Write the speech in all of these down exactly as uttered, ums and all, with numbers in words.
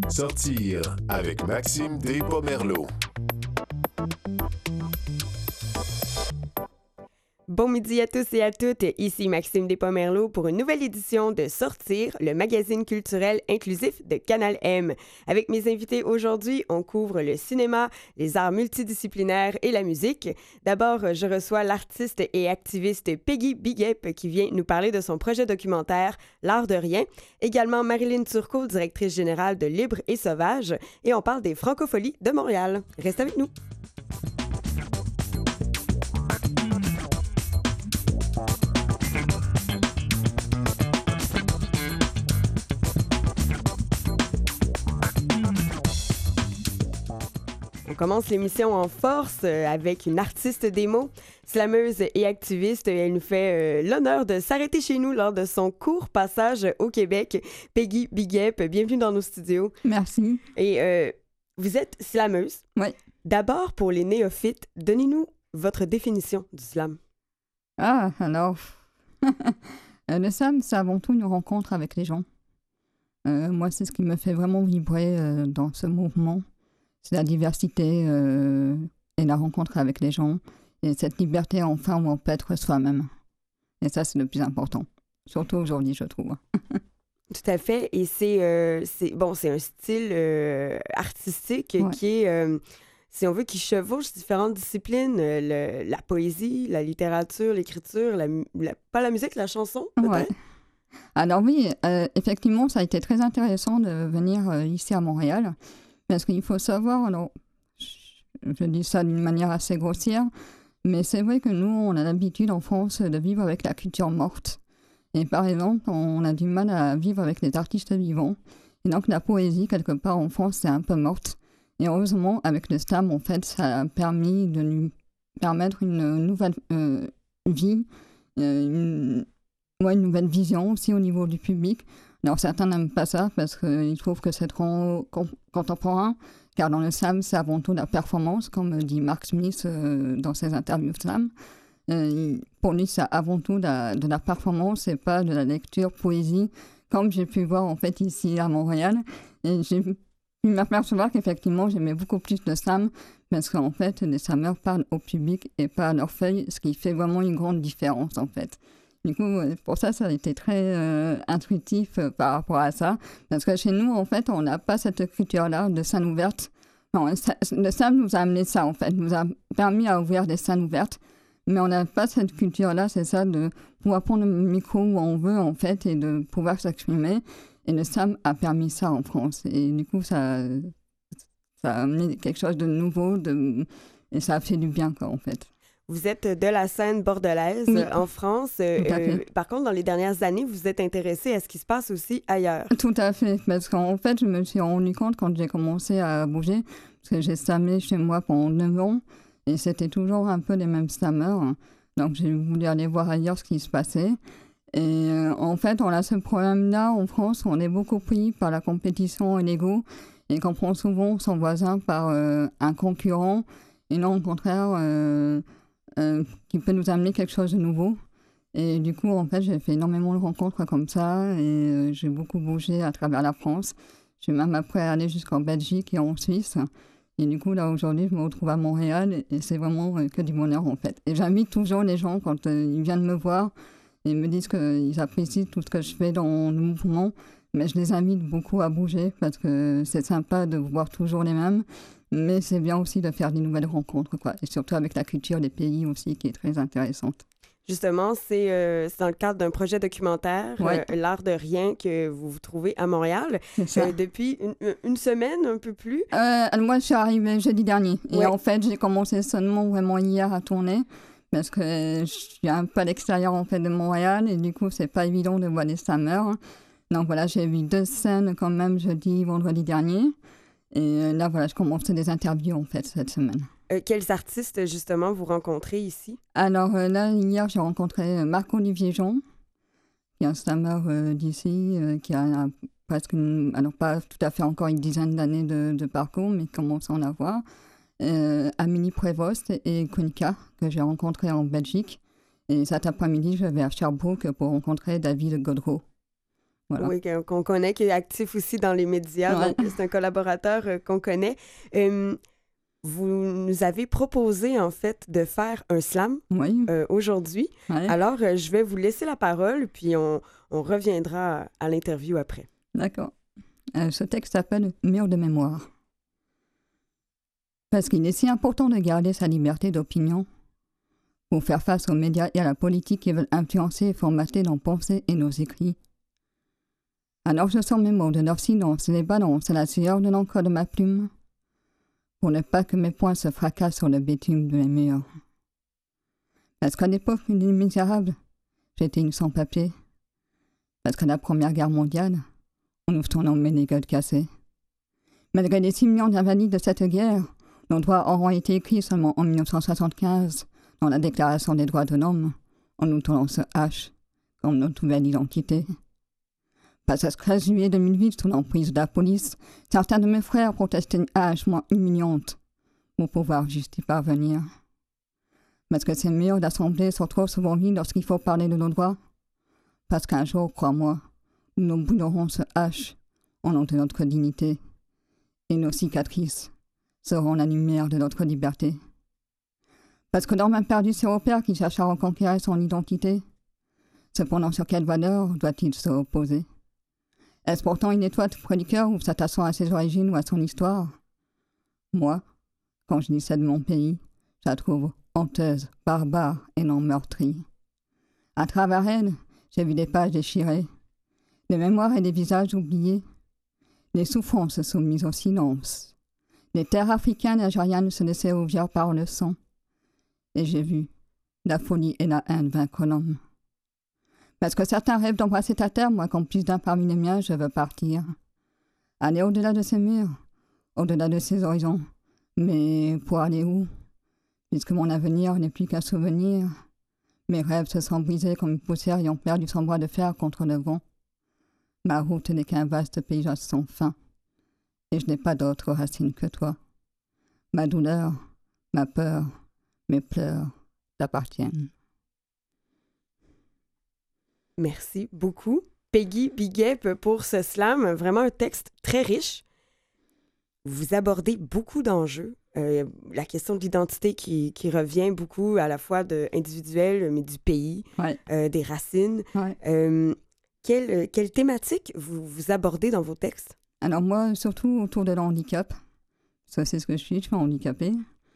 Sortir avec Maxime Despomerleau. Bon midi à tous et à toutes, ici Maxime Despomerleau pour une nouvelle édition de Sortir, le magazine culturel inclusif de Canal M. Avec mes invités aujourd'hui, on couvre le cinéma, les arts multidisciplinaires et la musique. D'abord, je reçois l'artiste et activiste Peggy Biguep qui vient nous parler de son projet documentaire L'art de rien. Également Marilyn Turcot, directrice générale de Libre et Sauvage. Et on parle des Francopholies de Montréal. Reste avec nous. On commence l'émission en force euh, avec une artiste des mots, slameuse et activiste. Elle nous fait euh, l'honneur de s'arrêter chez nous lors de son court passage au Québec. Peggy Biguep, bienvenue dans nos studios. Merci. Et euh, vous êtes slameuse. Oui. D'abord, pour les néophytes, donnez-nous votre définition du slam. Ah, alors, le slam, c'est avant tout une rencontre avec les gens. Euh, moi, c'est ce qui me fait vraiment vibrer euh, dans ce mouvement. C'est la diversité euh, et la rencontre avec les gens. Et cette liberté, enfin, où on peut être soi-même. Et ça, c'est le plus important. Surtout aujourd'hui, je trouve. Tout à fait. Et c'est, euh, c'est, bon, c'est un style euh, artistique Ouais. qui est, euh, si on veut, qui chevauche différentes disciplines. euh, le- la poésie, la littérature, l'écriture, la, mu- la- pas la musique, la chanson, peut-être? Ouais. Alors oui, euh, effectivement, ça a été très intéressant de venir euh, ici à Montréal. Parce qu'il faut savoir, alors, je, je dis ça d'une manière assez grossière, mais c'est vrai que nous, on a l'habitude en France de vivre avec la culture morte. Et par exemple, on a du mal à vivre avec les artistes vivants. Et donc la poésie, quelque part en France, c'est un peu morte. Et heureusement, avec le slam, en fait, ça a permis de nous permettre une nouvelle euh, vie, euh, une, ouais, une nouvelle vision aussi au niveau du public. Alors certains n'aiment pas ça parce qu'ils trouvent que c'est trop com- contemporain, car dans le slam, c'est avant tout la performance, comme dit Mark Smith euh, dans ses interviews slam. Euh, il- pour lui, c'est avant tout la- de la performance et pas de la lecture, poésie, comme j'ai pu voir en fait ici à Montréal. Et j'ai pu m'apercevoir qu'effectivement, j'aimais beaucoup plus le slam parce qu'en fait, les slameurs parlent au public et pas à leurs feuilles, ce qui fait vraiment une grande différence en fait. Du coup, euh, pour ça, ça a été très euh, intuitif euh, par rapport à ça. Parce que chez nous, en fait, on n'a pas cette culture-là de scène ouverte. Non, ça- le slam nous a amené ça, en fait. nous a permis à ouvrir des scènes ouvertes. Mais on n'a pas cette culture-là, c'est ça, de pouvoir prendre le micro où on veut, en fait, et de pouvoir s'exprimer. Et le slam a permis ça en France. Et du coup, ça, ça a amené quelque chose de nouveau, de, et ça a fait du bien, quoi, en fait. Vous êtes de la scène bordelaise Oui. euh, en France. Euh, Tout à fait. euh, par contre, dans les dernières années, vous êtes intéressé à ce qui se passe aussi ailleurs. Tout à fait, parce qu'en fait, je me suis rendu compte quand j'ai commencé à bouger, parce que j'ai slamé chez moi pendant neuf ans, et c'était toujours un peu les mêmes slammeurs. Donc j'ai voulu aller voir ailleurs ce qui se passait. Et euh, en fait, on a ce problème-là en France, on est beaucoup pris par la compétition et l'ego, et qu'on prend souvent son voisin par euh, un concurrent, et non au contraire, euh, euh, qui peut nous amener quelque chose de nouveau. Et du coup, en fait, j'ai fait énormément de rencontres comme ça et euh, j'ai beaucoup bougé à travers la France. Je suis même après allée jusqu'en Belgique et en Suisse. Et du coup, là, aujourd'hui, je me retrouve à Montréal et, et c'est vraiment euh, que du bonheur, en fait. Et j'invite toujours les gens, quand euh, ils viennent me voir et me disent qu'ils apprécient tout ce que je fais dans le mouvement, mais je les invite beaucoup à bouger parce que c'est sympa de voir toujours les mêmes, mais c'est bien aussi de faire des nouvelles rencontres, quoi. Et surtout avec la culture des pays aussi, qui est très intéressante. Justement, c'est, euh, c'est dans le cadre d'un projet documentaire, Ouais. euh, L'art de rien, que vous vous trouvez à Montréal C'est ça. euh, depuis une, une semaine, un peu plus. Euh, moi, je suis arrivée jeudi dernier. Et Ouais. en fait, j'ai commencé seulement vraiment hier à tourner. Parce que je suis un peu à l'extérieur en fait, de Montréal. Et du coup, c'est pas évident de voir les slammeurs. Donc voilà, j'ai vu deux scènes quand même jeudi, vendredi dernier. Et euh, là, voilà, je commence des interviews en fait cette semaine. Euh, quels artistes, justement, vous rencontrez ici? Alors euh, là, hier, j'ai rencontré euh, Marc-Olivier Jean, qui est un slammer euh, d'ici, euh, qui a un- presque, une- alors pas tout à fait encore une dizaine d'années de, de parcours, mais qui commence à en avoir. Euh, Amélie Prévost et Konika, que j'ai rencontré en Belgique. Et cet après-midi, je vais à Sherbrooke pour rencontrer David Godreau. Voilà. Oui, qu'on connaît, qui est actif aussi dans les médias. Ouais. Donc, c'est un collaborateur euh, qu'on connaît. Euh, vous nous avez proposé, en fait, de faire un slam Oui. euh, aujourd'hui. Ouais. Alors, euh, je vais vous laisser la parole, puis on, on reviendra à l'interview après. D'accord. Euh, ce texte s'appelle « Mur de mémoire ». Parce qu'il est si important de garder sa liberté d'opinion pour faire face aux médias et à la politique qui veulent influencer et formater nos pensées et nos écrits. Alors je sors mes mots de leur silence et les balance à la sueur de l'encre de ma plume pour ne pas que mes poings se fracassent sur le bitume de mes murs. Parce qu'à l'époque des Misérables, j'étais une sans-papier. Parce qu'à la Première Guerre mondiale, on nous surnommait les gueules cassées. Malgré les six millions d'invalides de cette guerre, nos droits auront été écrits seulement en dix-neuf cent soixante-quinze dans la Déclaration des droits de l'homme, en nous tournant ce H comme notre nouvelle identité. Parce que ce treize juillet deux mille huit, sous l'emprise de la police, certains de mes frères protestaient une hache moins humiliante pour pouvoir juste y parvenir. Parce que ces murs d'assemblée sont trop souvent vides lorsqu'il faut parler de nos droits. Parce qu'un jour, crois-moi, nous brûlerons ce H au nom de notre dignité, et nos cicatrices seront la lumière de notre liberté. Parce que l'homme a perdu ses repères qui cherche à reconquérir son identité. Cependant, sur quelle valeur doit-il se reposer? Est-ce pourtant une étoile tout près du cœur ou s'attachant à ses origines ou à son histoire? Moi, quand je dis celle de mon pays, je la trouve honteuse, barbare et non meurtrie. À travers elle, j'ai vu des pages déchirées, des mémoires et des visages oubliés, des souffrances soumises au silence. Les terres africaines et algériennes se laissaient ouvrir par le sang. Et j'ai vu la folie et la haine vaincre l'homme. Parce que certains rêvent d'embrasser ta terre, moi, comme plus d'un parmi les miens, je veux partir. Aller au-delà de ces murs, au-delà de ces horizons. Mais pour aller où? Puisque mon avenir n'est plus qu'un souvenir. Mes rêves se sont brisés comme une poussière ayant perdu son bras de fer contre le vent. Ma route n'est qu'un vaste paysage sans fin. Et je n'ai pas d'autre racine que toi. Ma douleur, ma peur, mes pleurs t'appartiennent. Merci beaucoup, Peggy Biguep, pour ce slam. Vraiment un texte très riche. Vous abordez beaucoup d'enjeux. Euh, la question de l'identité qui, qui revient beaucoup à la fois de individuelle, mais du pays, Ouais. euh, des racines. Ouais. Euh, quelle, quelle thématique vous, vous abordez dans vos textes? Alors moi, surtout autour de l'handicap. Ça, c'est ce que je suis, je suis handicapée.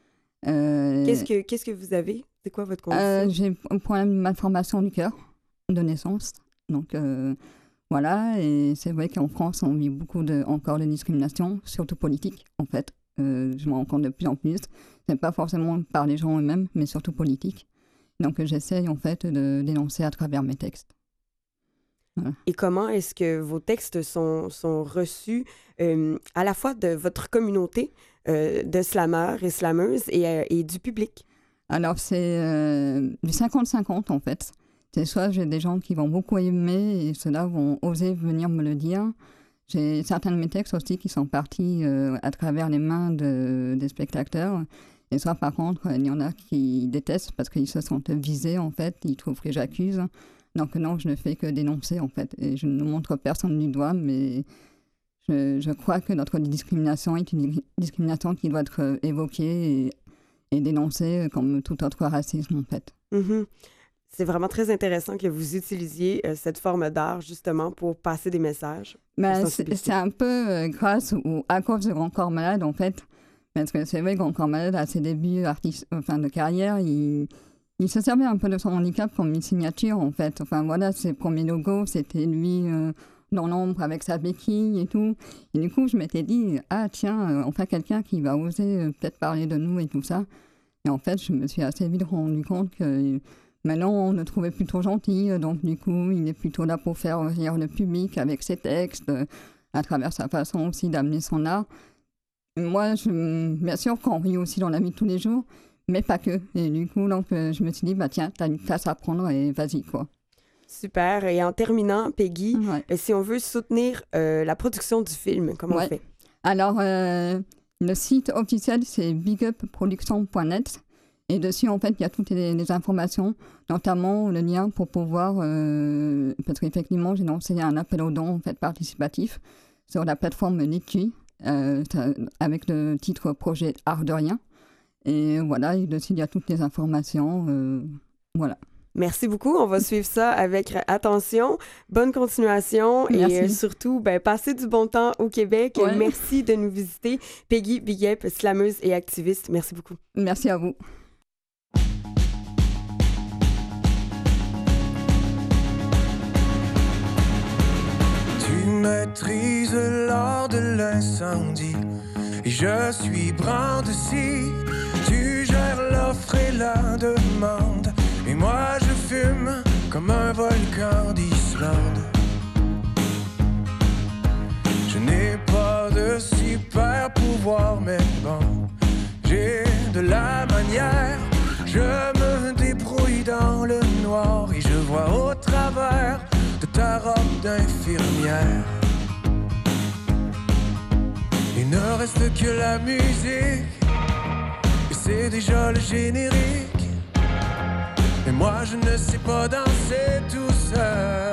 Euh, Qu'est-ce que, qu'est-ce que vous avez? C'est quoi votre condition? euh, J'ai un problème de malformation du cœur de naissance. Donc euh, voilà, et c'est vrai qu'en France, on vit beaucoup de, encore de discrimination, surtout politique, en fait. Euh, je me rends compte de plus en plus. C'est pas forcément par les gens eux-mêmes, mais surtout politique. Donc j'essaye en fait de dénoncer à travers mes textes. Voilà. Et comment est-ce que vos textes sont, sont reçus euh, à la fois de votre communauté euh, de slameurs et slameuses et, euh, et du public? Alors c'est euh, du cinquante cinquante en fait. C'est soit j'ai des gens qui vont beaucoup aimer et ceux-là vont oser venir me le dire. J'ai certains de mes textes aussi qui sont partis euh, à travers les mains de, des spectateurs. Et soit par contre, il y en a qui détestent parce qu'ils se sentent visés en fait, ils trouvent que j'accuse. Donc non, je ne fais que dénoncer en fait. Et je ne montre personne du doigt, mais je, je crois que notre discrimination est une discrimination qui doit être évoquée et, et dénoncée comme tout autre racisme en fait. Mm-hmm. C'est vraiment très intéressant que vous utilisiez euh, cette forme d'art justement pour passer des messages. Ben, c'est, c'est un peu euh, grâce ou à cause de Grand Corps Malade en fait. Parce que c'est vrai que Grand Corps Malade, à ses débuts artiste, enfin, de carrière, il, il se servait un peu de son handicap comme une signature en fait. Enfin voilà, ses premiers logos, c'était lui euh, dans l'ombre avec sa béquille et tout. Et du coup, je m'étais dit, ah tiens, euh, enfin quelqu'un qui va oser euh, peut-être parler de nous et tout ça. Et en fait, je me suis assez vite rendu compte que maintenant, on le trouvait plutôt gentil, donc du coup, il est plutôt là pour faire rire le public avec ses textes, à travers sa façon aussi d'amener son art. Moi, je, bien sûr qu'on rit aussi dans la vie de tous les jours, mais pas que. Et du coup, donc, je me suis dit, bah tiens, t'as une place à prendre et vas-y, quoi. Super. Et en terminant, Peggy, Ouais. si on veut soutenir euh, la production du film, comment Ouais. on fait? Alors, euh, le site officiel, c'est big up production point net. Et dessus, en fait, il y a toutes les, les informations, notamment le lien pour pouvoir, euh, parce qu'effectivement, j'ai lancé un appel aux dons en fait, participatif sur la plateforme Litchi, euh, avec le titre Projet Art de Rien. Et voilà, et dessus, il y a toutes les informations. Euh, voilà. Merci beaucoup. On va suivre ça avec attention. Bonne continuation. Merci. Et euh, surtout, ben, passez du bon temps au Québec. Ouais. Merci de nous visiter. Peggy Biguep, slameuse et activiste. Merci beaucoup. Merci à vous. Tu maîtrises l'art de l'incendie et je suis brin de scie. Tu gères l'offre et la demande et moi je fume comme un volcan d'Islande. Je n'ai pas de super pouvoir mais bon, j'ai de la manière. Je me débrouille dans le noir et je vois au travers de ta robe d'infirmière. Il ne reste que la musique et c'est déjà le générique. Mais moi je ne sais pas danser tout seul.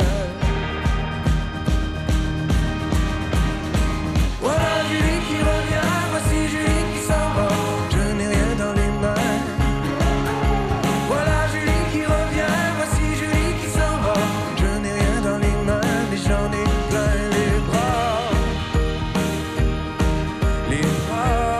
Voilà Julie qui revient, voici Julie qui s'en va. Je n'ai rien dans les mains. Voilà Julie qui revient, voici Julie qui s'en va. Je n'ai rien dans les mains, mais j'en ai plein les bras. Les bras.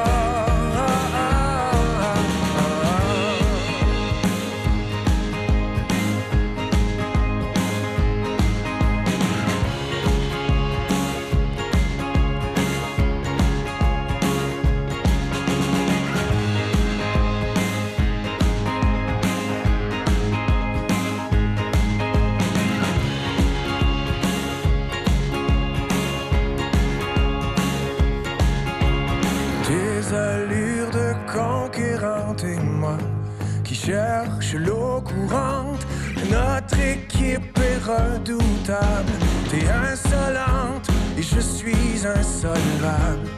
Tes allures de conquérante et moi qui cherche l'eau courante. Notre équipe est redoutable. T'es insolente et je suis insolvable.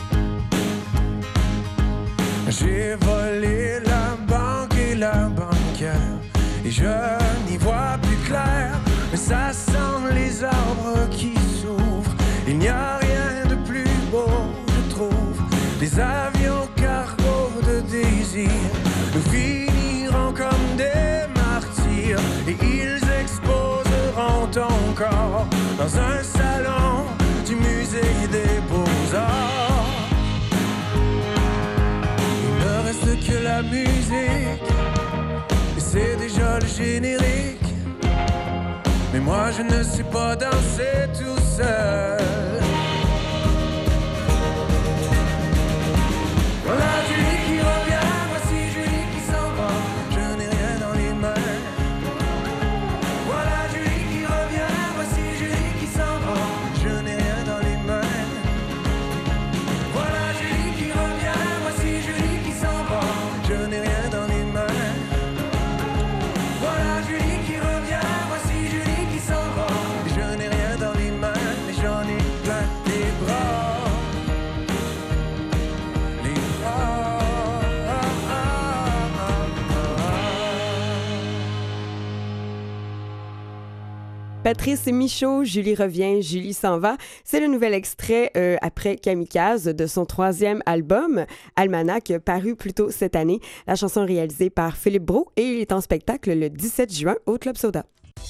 J'ai volé la banque et la banquière et je n'y vois plus clair. Mais ça sent les arbres qui s'ouvrent. Il n'y a rien de plus beau, je trouve. Des avions cargo de désir. Nous finirons comme des martyrs et ils exposeront ton corps dans un salon du musée des beaux-arts. Il ne reste que la musique et c'est déjà le générique. Mais moi je ne sais pas danser tout seul. Voilà Julie qui revient, voici Julie qui s'en va. Je n'ai rien dans les mains. Voilà Julie qui revient, voici Julie qui s'en va. Je n'ai rien dans les mains. Voilà Julie qui revient, voici Julie qui s'en va. Je n'ai rien dans les mains. Voilà Julie qui revient, voici Julie qui s'en va. Je n'ai rien dans les mains, mais j'en ai plein les bras. Les bras. Patrice Michaud, Julie revient, Julie s'en va. C'est le nouvel extrait euh, après Kamikaze de son troisième album, Almanach, paru plus tôt cette année. La chanson est réalisée par Philippe Brault et il est en spectacle le dix-sept juin au Club Soda.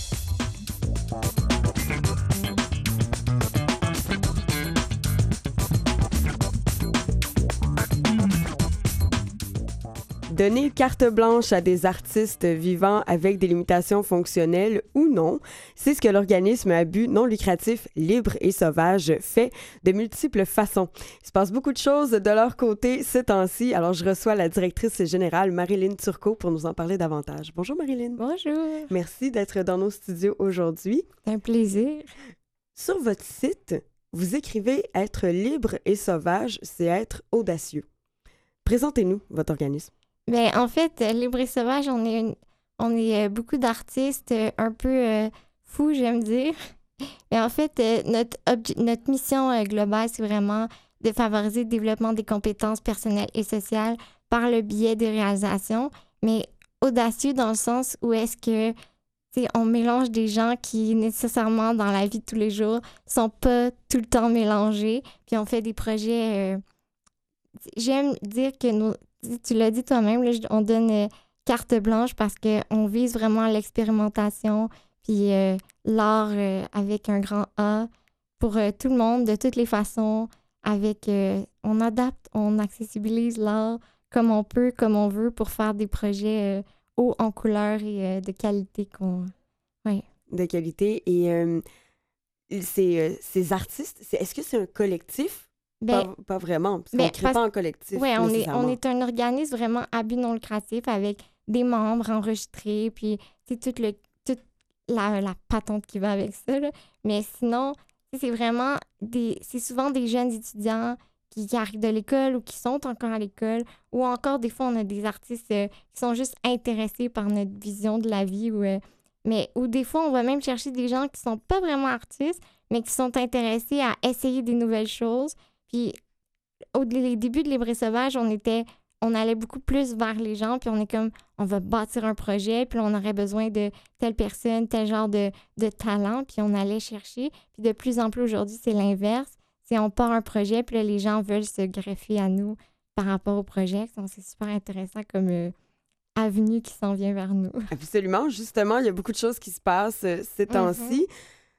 Donner carte blanche à des artistes vivant avec des limitations fonctionnelles ou non, c'est ce que l'organisme à but non lucratif Libre et Sauvage fait de multiples façons. Il se passe beaucoup de choses de leur côté ce temps-ci, alors je reçois la directrice générale Marilyn Turcot pour nous en parler davantage. Bonjour Marilyn. Bonjour. Merci d'être dans nos studios aujourd'hui. C'est un plaisir. Sur votre site, vous écrivez « Être libre et sauvage, c'est être audacieux ». Présentez-nous votre organisme. Bien, en fait, euh, Libre et Sauvage, on est, une, on est euh, beaucoup d'artistes euh, un peu euh, fous, j'aime dire. Mais en fait, euh, notre, obje- notre mission euh, globale, c'est vraiment de favoriser le développement des compétences personnelles et sociales par le biais des réalisations, mais audacieux dans le sens où est-ce que, tu sais, on mélange des gens qui, nécessairement, dans la vie de tous les jours, sont pas tout le temps mélangés, puis on fait des projets... Euh, j'aime dire que, nos, tu l'as dit toi-même, là, on donne euh, carte blanche parce qu'on vise vraiment l'expérimentation, puis euh, l'art euh, avec un grand A pour euh, tout le monde, de toutes les façons, avec... Euh, on adapte, on accessibilise l'art comme on peut, comme on veut, pour faire des projets euh, hauts en couleur et euh, de qualité. qu'on ouais. De qualité. Et euh, ces, euh, ces artistes, c'est, est-ce que c'est un collectif? Ben, pas, pas vraiment, parce qu'on ben, ne crée parce- pas en collectif. Oui, on est, on nécessairement. est un organisme vraiment à but non lucratif avec des membres enregistrés, puis c'est toute, le, toute la, la patente qui va avec ça. Là. Mais sinon, c'est vraiment des. C'est souvent des jeunes étudiants qui, qui arrivent de l'école ou qui sont encore à l'école, ou encore des fois, on a des artistes euh, qui sont juste intéressés par notre vision de la vie, ou, euh, mais ou des fois, on va même chercher des gens qui sont pas vraiment artistes, mais qui sont intéressés à essayer des nouvelles choses. Puis, au les débuts de Libre et Sauvage, on était, on allait beaucoup plus vers les gens, puis on est comme, on va bâtir un projet, puis on aurait besoin de telle personne, tel genre de, de talent, puis on allait chercher. Puis de plus en plus aujourd'hui, c'est l'inverse. C'est on part un projet, puis là, les gens veulent se greffer à nous par rapport au projet. Donc, c'est super intéressant comme euh, avenue qui s'en vient vers nous. Absolument. Justement, il y a beaucoup de choses qui se passent euh, ces temps-ci.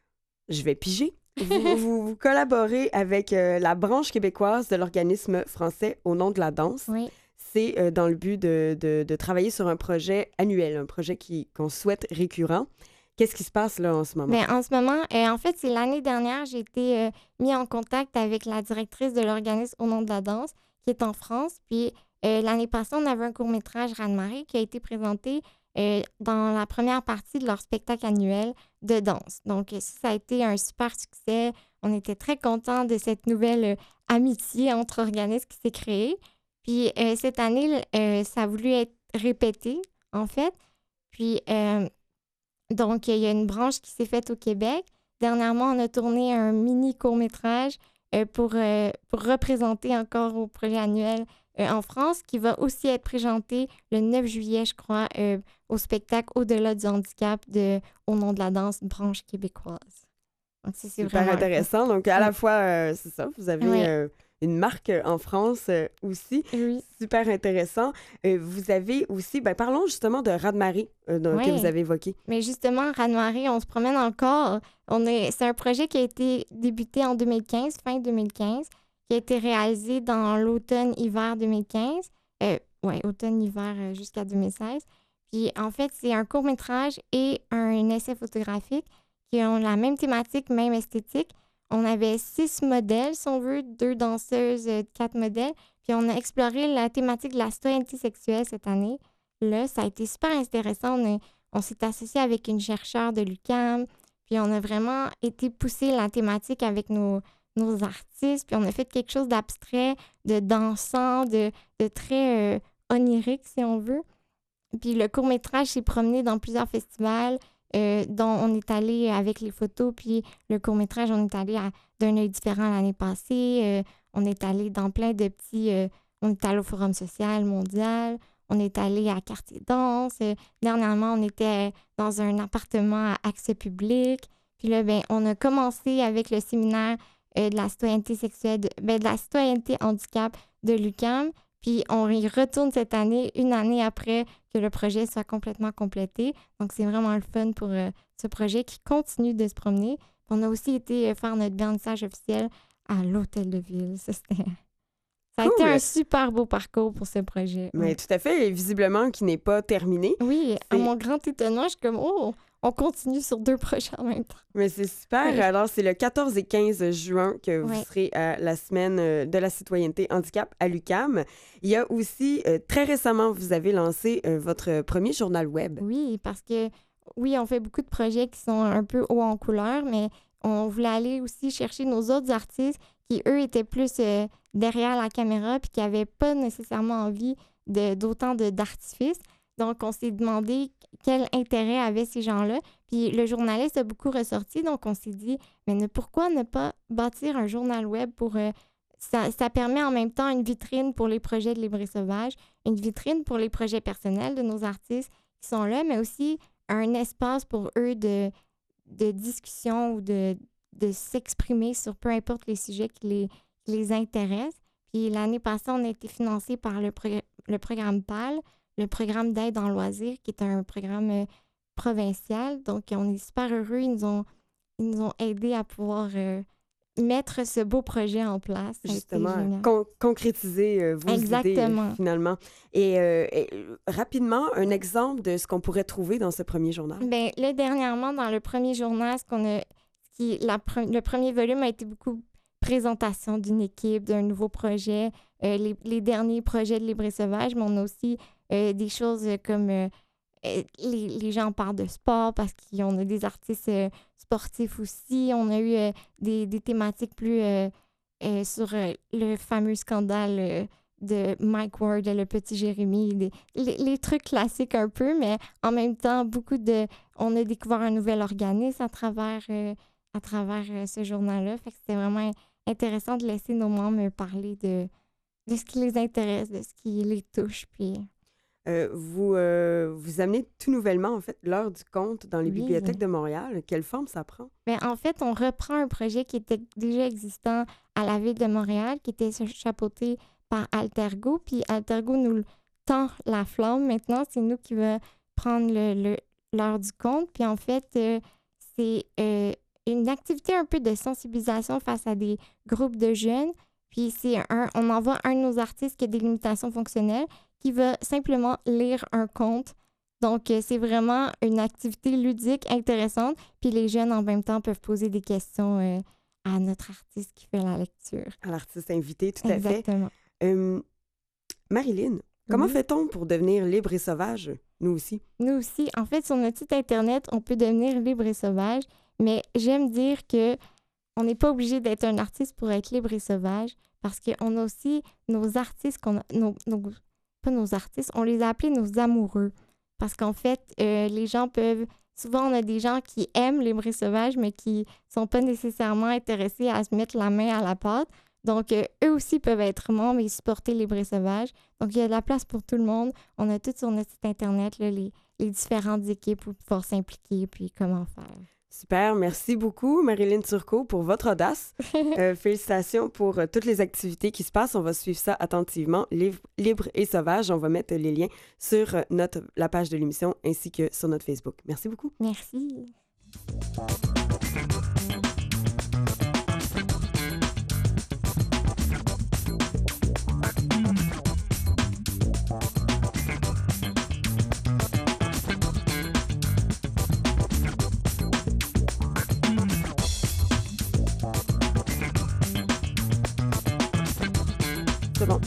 Je vais piger. Vous, vous, vous collaborez avec euh, la branche québécoise de l'organisme français Au nom de la danse. Oui. C'est euh, dans le but de, de, de travailler sur un projet annuel, un projet qui, qu'on souhaite récurrent. Qu'est-ce qui se passe là en ce moment? Bien, en ce moment, euh, en fait, c'est l'année dernière, j'ai été euh, mis en contact avec la directrice de l'organisme Au nom de la danse, qui est en France. Puis euh, l'année passée, on avait un court-métrage Raz-de-marée qui a été présenté euh, dans la première partie de leur spectacle annuel de danse. Donc, ça, ça a été un super succès. On était très contents de cette nouvelle euh, amitié entre organismes qui s'est créée. Puis euh, cette année, euh, ça a voulu être répété, en fait. Puis... Euh, Donc, il y a une branche qui s'est faite au Québec. Dernièrement, on a tourné un mini court-métrage euh, pour, euh, pour représenter encore au projet annuel euh, en France, qui va aussi être présenté le neuf juillet, je crois, euh, au spectacle Au-delà du handicap de Au nom de la danse, branche québécoise. Donc, c'est, c'est Super vraiment intéressant. Donc, à Oui. la fois, euh, c'est ça, vous avez Oui. euh, une marque euh, en France euh, aussi. Oui. Super intéressant. Euh, vous avez aussi, ben, parlons justement de Raz-de-marée euh, dont- que Oui. vous avez évoqué. Mais justement, Raz-de-marée, on se promène encore. On est, c'est un projet qui a été débuté en deux mille quinze, fin deux mille quinze, qui a été réalisé dans l'automne-hiver deux mille quinze. Euh, oui, automne-hiver euh, jusqu'à deux mille seize. Puis en fait, c'est un court-métrage et un essai photographique qui ont la même thématique, même esthétique. On avait six modèles, si on veut, deux danseuses, euh, quatre modèles. Puis on a exploré la thématique de la citoyenneté sexuelle cette année. Là, ça a été super intéressant. On, est- on s'est associé avec une chercheure de l'U Q A M. Puis on a vraiment été pousser la thématique avec nos, nos artistes. Puis on a fait quelque chose d'abstrait, de dansant, de, de très euh, onirique, si on veut. Puis le court-métrage s'est promené dans plusieurs festivals, euh, dont on est allé avec les photos. Puis le court-métrage, on est allé à, d'un œil différent l'année passée. Euh, on est allé dans plein de petits... euh, on est allé au Forum social mondial. On est allé à Quartier Danse. Euh, dernièrement, on était dans un appartement à accès public. Puis là, ben, on a commencé avec le séminaire euh, de la citoyenneté sexuelle, de, ben, de la citoyenneté handicap de l'U Q A M. Puis on y retourne cette année, une année après que le projet soit complètement complété. Donc, c'est vraiment le fun pour euh, ce projet qui continue de se promener. On a aussi été euh, faire notre vernissage officiel à l'Hôtel de Ville. Ça, c'était... Ça a Cool. été un super beau parcours pour ce projet. Mais Ouais. tout à fait, et visiblement, qui n'est pas terminé. Oui, à C'est- mon grand étonnement, je suis comme, oh, on continue sur deux projets en même temps. Mais c'est super. Oui. Alors, c'est le quatorze et quinze juin que vous Oui. serez à la semaine euh, de la citoyenneté handicap à l'U Q A M. Il y a aussi, euh, très récemment, vous avez lancé euh, votre premier journal web. Oui, parce que, oui, on fait beaucoup de projets qui sont un peu haut en couleur, mais on voulait aller aussi chercher nos autres artistes qui, eux, étaient plus euh, derrière la caméra puis qui n'avaient pas nécessairement envie de, d'autant de, d'artifices. Donc, on s'est demandé quel intérêt avaient ces gens-là. Puis le journaliste a beaucoup ressorti, donc on s'est dit, mais ne, pourquoi ne pas bâtir un journal web pour euh, ça, ça permet en même temps une vitrine pour les projets de Libre et Sauvage, une vitrine pour les projets personnels de nos artistes qui sont là, mais aussi un espace pour eux de, de discussion ou de, de s'exprimer sur peu importe les sujets qui les, qui les intéressent. Puis l'année passée, on a été financé par le, progr- le programme P A L, le programme d'aide en loisirs, qui est un programme euh, provincial. Donc, on est super heureux. Ils nous ont, ils nous ont aidés à pouvoir euh, mettre ce beau projet en place. Justement, con- concrétiser euh, vos Exactement. idées, euh, finalement. Et, euh, et euh, rapidement, un exemple de ce qu'on pourrait trouver dans ce premier journal. Bien, là, dernièrement, dans le premier journal, ce qu'on a, ce qui, la pre- le premier volume a été beaucoup présentation d'une équipe, d'un nouveau projet, euh, les, les derniers projets de Libre et Sauvage, mais on a aussi euh, des choses comme euh, euh, les, les gens parlent de sport parce qu'on a des artistes euh, sportifs aussi. On a eu euh, des, des thématiques plus euh, euh, sur euh, le fameux scandale euh, de Mike Ward, le petit Jérémy, des, les, les trucs classiques un peu, mais en même temps, beaucoup de... On a découvert un nouvel organisme à travers, euh, à travers euh, ce journal-là. Fait que c'était vraiment intéressant de laisser nos membres parler de, de ce qui les intéresse, de ce qui les touche, puis... Euh, vous, euh, vous amenez tout nouvellement, en fait, l'heure du conte dans les Oui. bibliothèques de Montréal. Quelle forme ça prend? Bien, en fait, on reprend un projet qui était déjà existant à la Ville de Montréal, qui était chapeauté par Altergo, puis Altergo nous tend la flamme. Maintenant, c'est nous qui va prendre le, le, l'heure du conte. Puis en fait, euh, c'est euh, une activité un peu de sensibilisation face à des groupes de jeunes. Puis c'est un, on envoie un de nos artistes qui a des limitations fonctionnelles qui va simplement lire un conte. Donc, euh, c'est vraiment une activité ludique intéressante. Puis les jeunes, en même temps, peuvent poser des questions euh, à notre artiste qui fait la lecture. À l'artiste invité, tout Exactement. à fait. Euh, Marilyn, comment Oui. fait-on pour devenir libre et sauvage, nous aussi? Nous aussi. En fait, sur notre site Internet, on peut devenir libre et sauvage, mais j'aime dire que on n'est pas obligé d'être un artiste pour être libre et sauvage, parce qu'on a aussi nos artistes, qu'on a, nos, nos, pas nos artistes, on les a appelés nos amoureux. Parce qu'en fait, euh, les gens peuvent... Souvent, on a des gens qui aiment libre et sauvage, mais qui ne sont pas nécessairement intéressés à se mettre la main à la pâte. Donc, euh, eux aussi peuvent être membres et supporter Libre et Sauvage. Donc, il y a de la place pour tout le monde. On a tout sur notre site Internet, là, les, les différentes équipes pour pouvoir s'impliquer puis comment faire. Super, merci beaucoup Marilyn Turcot pour votre audace. Euh, félicitations pour euh, toutes les activités qui se passent. On va suivre ça attentivement. Libre, Libre et Sauvage, on va mettre les liens sur euh, notre, la page de l'émission ainsi que sur notre Facebook. Merci beaucoup. Merci. C'est bon.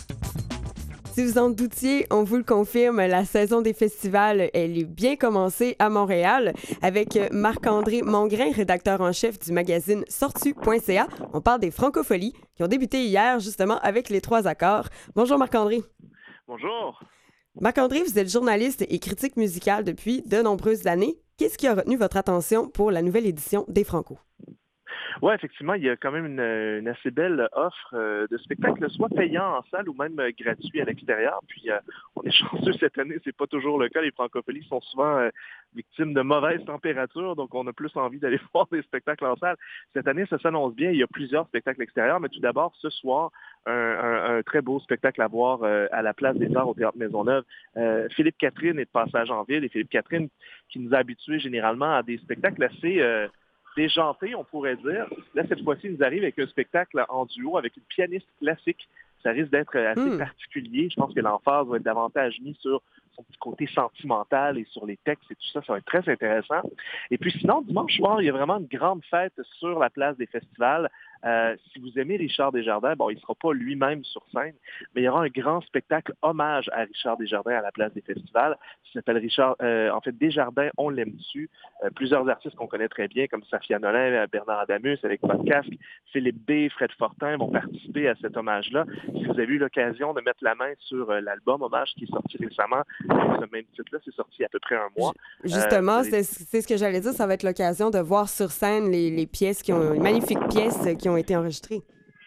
Si vous en doutiez, on vous le confirme, la saison des festivals, elle est bien commencée à Montréal avec Marc-André Mongrain, rédacteur en chef du magazine sortu point c a. On parle des francopholies qui ont débuté hier justement avec les trois accords. Bonjour Marc-André. Bonjour. Marc-André, vous êtes journaliste et critique musical depuis de nombreuses années. Qu'est-ce qui a retenu votre attention pour la nouvelle édition des Franco? Oui, effectivement, il y a quand même une, une assez belle offre euh, de spectacles, soit payants en salle ou même euh, gratuits à l'extérieur. Puis, euh, on est chanceux cette année, c'est pas toujours le cas. Les francopholies sont souvent euh, victimes de mauvaises températures, donc on a plus envie d'aller voir des spectacles en salle. Cette année, ça s'annonce bien. Il y a plusieurs spectacles extérieurs, mais tout d'abord, ce soir, un, un, un très beau spectacle à voir euh, à la Place des Arts au Théâtre Maisonneuve. Euh, Philippe Catherine est de passage en ville, et Philippe Catherine qui nous a habitués généralement à des spectacles assez... Euh, déjanté, on pourrait dire. Là, cette fois-ci, il nous arrive avec un spectacle en duo avec une pianiste classique. Ça risque d'être assez mmh. particulier. Je pense que l'emphase va être davantage mise sur son petit côté sentimental et sur les textes et tout ça. Ça va être très intéressant. Et puis sinon, dimanche soir, il y a vraiment une grande fête sur la place des festivals. Euh, si vous aimez Richard Desjardins, bon, il ne sera pas lui-même sur scène, mais il y aura un grand spectacle hommage à Richard Desjardins à la place des festivals. Ça s'appelle Richard, euh, en fait, Desjardins, on l'aime dessus. Euh, plusieurs artistes qu'on connaît très bien, comme Safia Nolin, Bernard Adamus, avec Podcast, Philippe B, Fred Fortin vont participer à cet hommage-là. Si vous avez eu l'occasion de mettre la main sur euh, l'album Hommage qui est sorti récemment, avec ce même titre-là, c'est sorti il y a à peu près un mois. Justement, euh, c'est, c'est ce que j'allais dire, ça va être l'occasion de voir sur scène les, les pièces qui ont, les magnifiques pièces qui ont été enregistrées.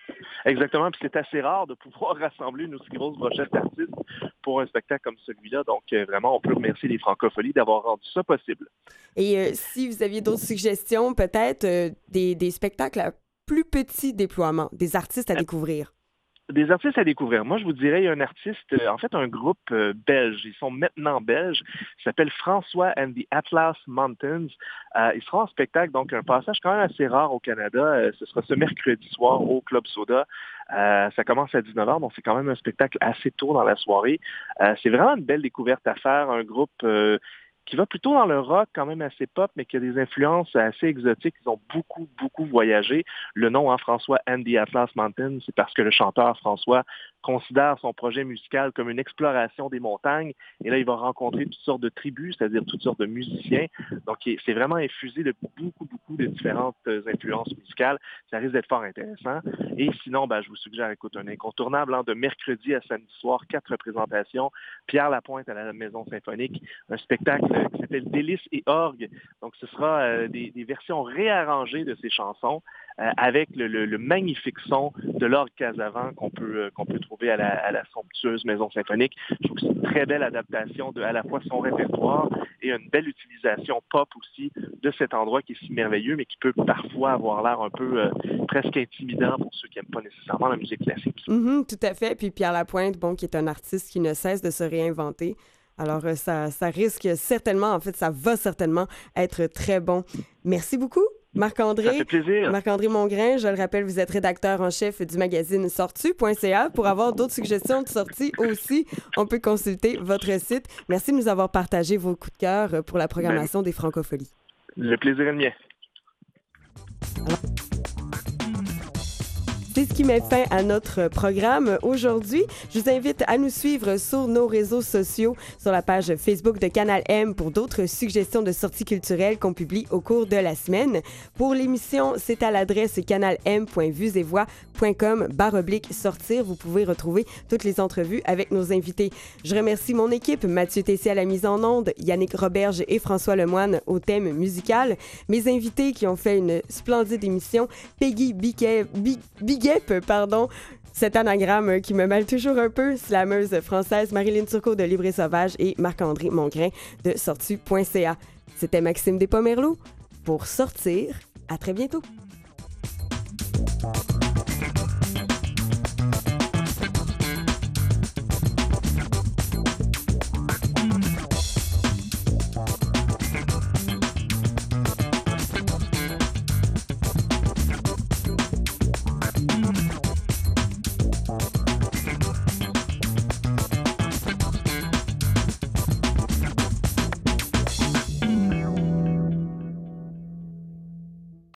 Exactement, puis c'est assez rare de pouvoir rassembler une aussi grosse brochette d'artistes pour un spectacle comme celui-là. Donc, euh, vraiment, on peut remercier les Francopholies d'avoir rendu ça possible. Et euh, si vous aviez d'autres suggestions, peut-être euh, des, des spectacles à plus petit déploiement, des artistes à découvrir. Des artistes à découvrir. Moi, je vous dirais, il y a un artiste, euh, en fait, un groupe euh, belge. Ils sont maintenant belges. Il s'appelle François and the Atlas Mountains. Euh, ils seront en spectacle, donc un passage quand même assez rare au Canada. Euh, ce sera ce mercredi soir au Club Soda. Euh, ça commence à dix-neuf heures, donc c'est quand même un spectacle assez tôt dans la soirée. Euh, c'est vraiment une belle découverte à faire. Un groupe euh, qui va plutôt dans le rock, quand même assez pop, mais qui a des influences assez exotiques. Ils ont beaucoup, beaucoup voyagé. Le nom, hein, François and the Atlas Mountains, c'est parce que le chanteur François considère son projet musical comme une exploration des montagnes. Et là, il va rencontrer toutes sortes de tribus, c'est-à-dire toutes sortes de musiciens. Donc, c'est vraiment infusé de beaucoup, beaucoup de différentes influences musicales. Ça risque d'être fort intéressant. Et sinon, ben, je vous suggère, écoute, un incontournable, hein, de mercredi à samedi soir, quatre représentations. Pierre Lapointe à la Maison Symphonique, un spectacle qui s'appelle Délices et Orgue. Donc, ce sera euh, des, des versions réarrangées de ces chansons euh, avec le, le, le magnifique son de l'orgue Casavant qu'on peut, euh, qu'on peut trouver à la, à la somptueuse Maison Symphonique. Je trouve que c'est une très belle adaptation de à la fois son répertoire et une belle utilisation pop aussi de cet endroit qui est si merveilleux, mais qui peut parfois avoir l'air un peu euh, presque intimidant pour ceux qui n'aiment pas nécessairement la musique classique. Mm-hmm, tout à fait. Puis Pierre Lapointe, bon, qui est un artiste qui ne cesse de se réinventer. Alors, euh, ça, ça risque certainement, en fait, ça va certainement être très bon. Merci beaucoup, Marc-André. Ça fait plaisir. Marc-André Mongrain, je le rappelle, vous êtes rédacteur en chef du magazine sortu point c a. Pour avoir d'autres suggestions de sorties aussi, on peut consulter votre site. Merci de nous avoir partagé vos coups de cœur pour la programmation ben, des Francopholies. Le plaisir est le mien. Alors, c'est ce qui met fin à notre programme aujourd'hui. Je vous invite à nous suivre sur nos réseaux sociaux, sur la page Facebook de Canal M pour d'autres suggestions de sorties culturelles qu'on publie au cours de la semaine. Pour l'émission, c'est à l'adresse canalm point vuesetvoix point com barre oblique sortir. Vous pouvez retrouver toutes les entrevues avec nos invités. Je remercie mon équipe, Mathieu Tessier à la mise en onde, Yannick Roberge et François Lemoine au thème musical. Mes invités qui ont fait une splendide émission, Peggy Biguet, Biguet pardon, cet anagramme qui me mêle toujours un peu, slameuse française, Marilyn Turcot de Libre et Sauvage et Marc-André Mongrain de sortu point c a. C'était Maxime Despomerleau pour Sortir. À très bientôt.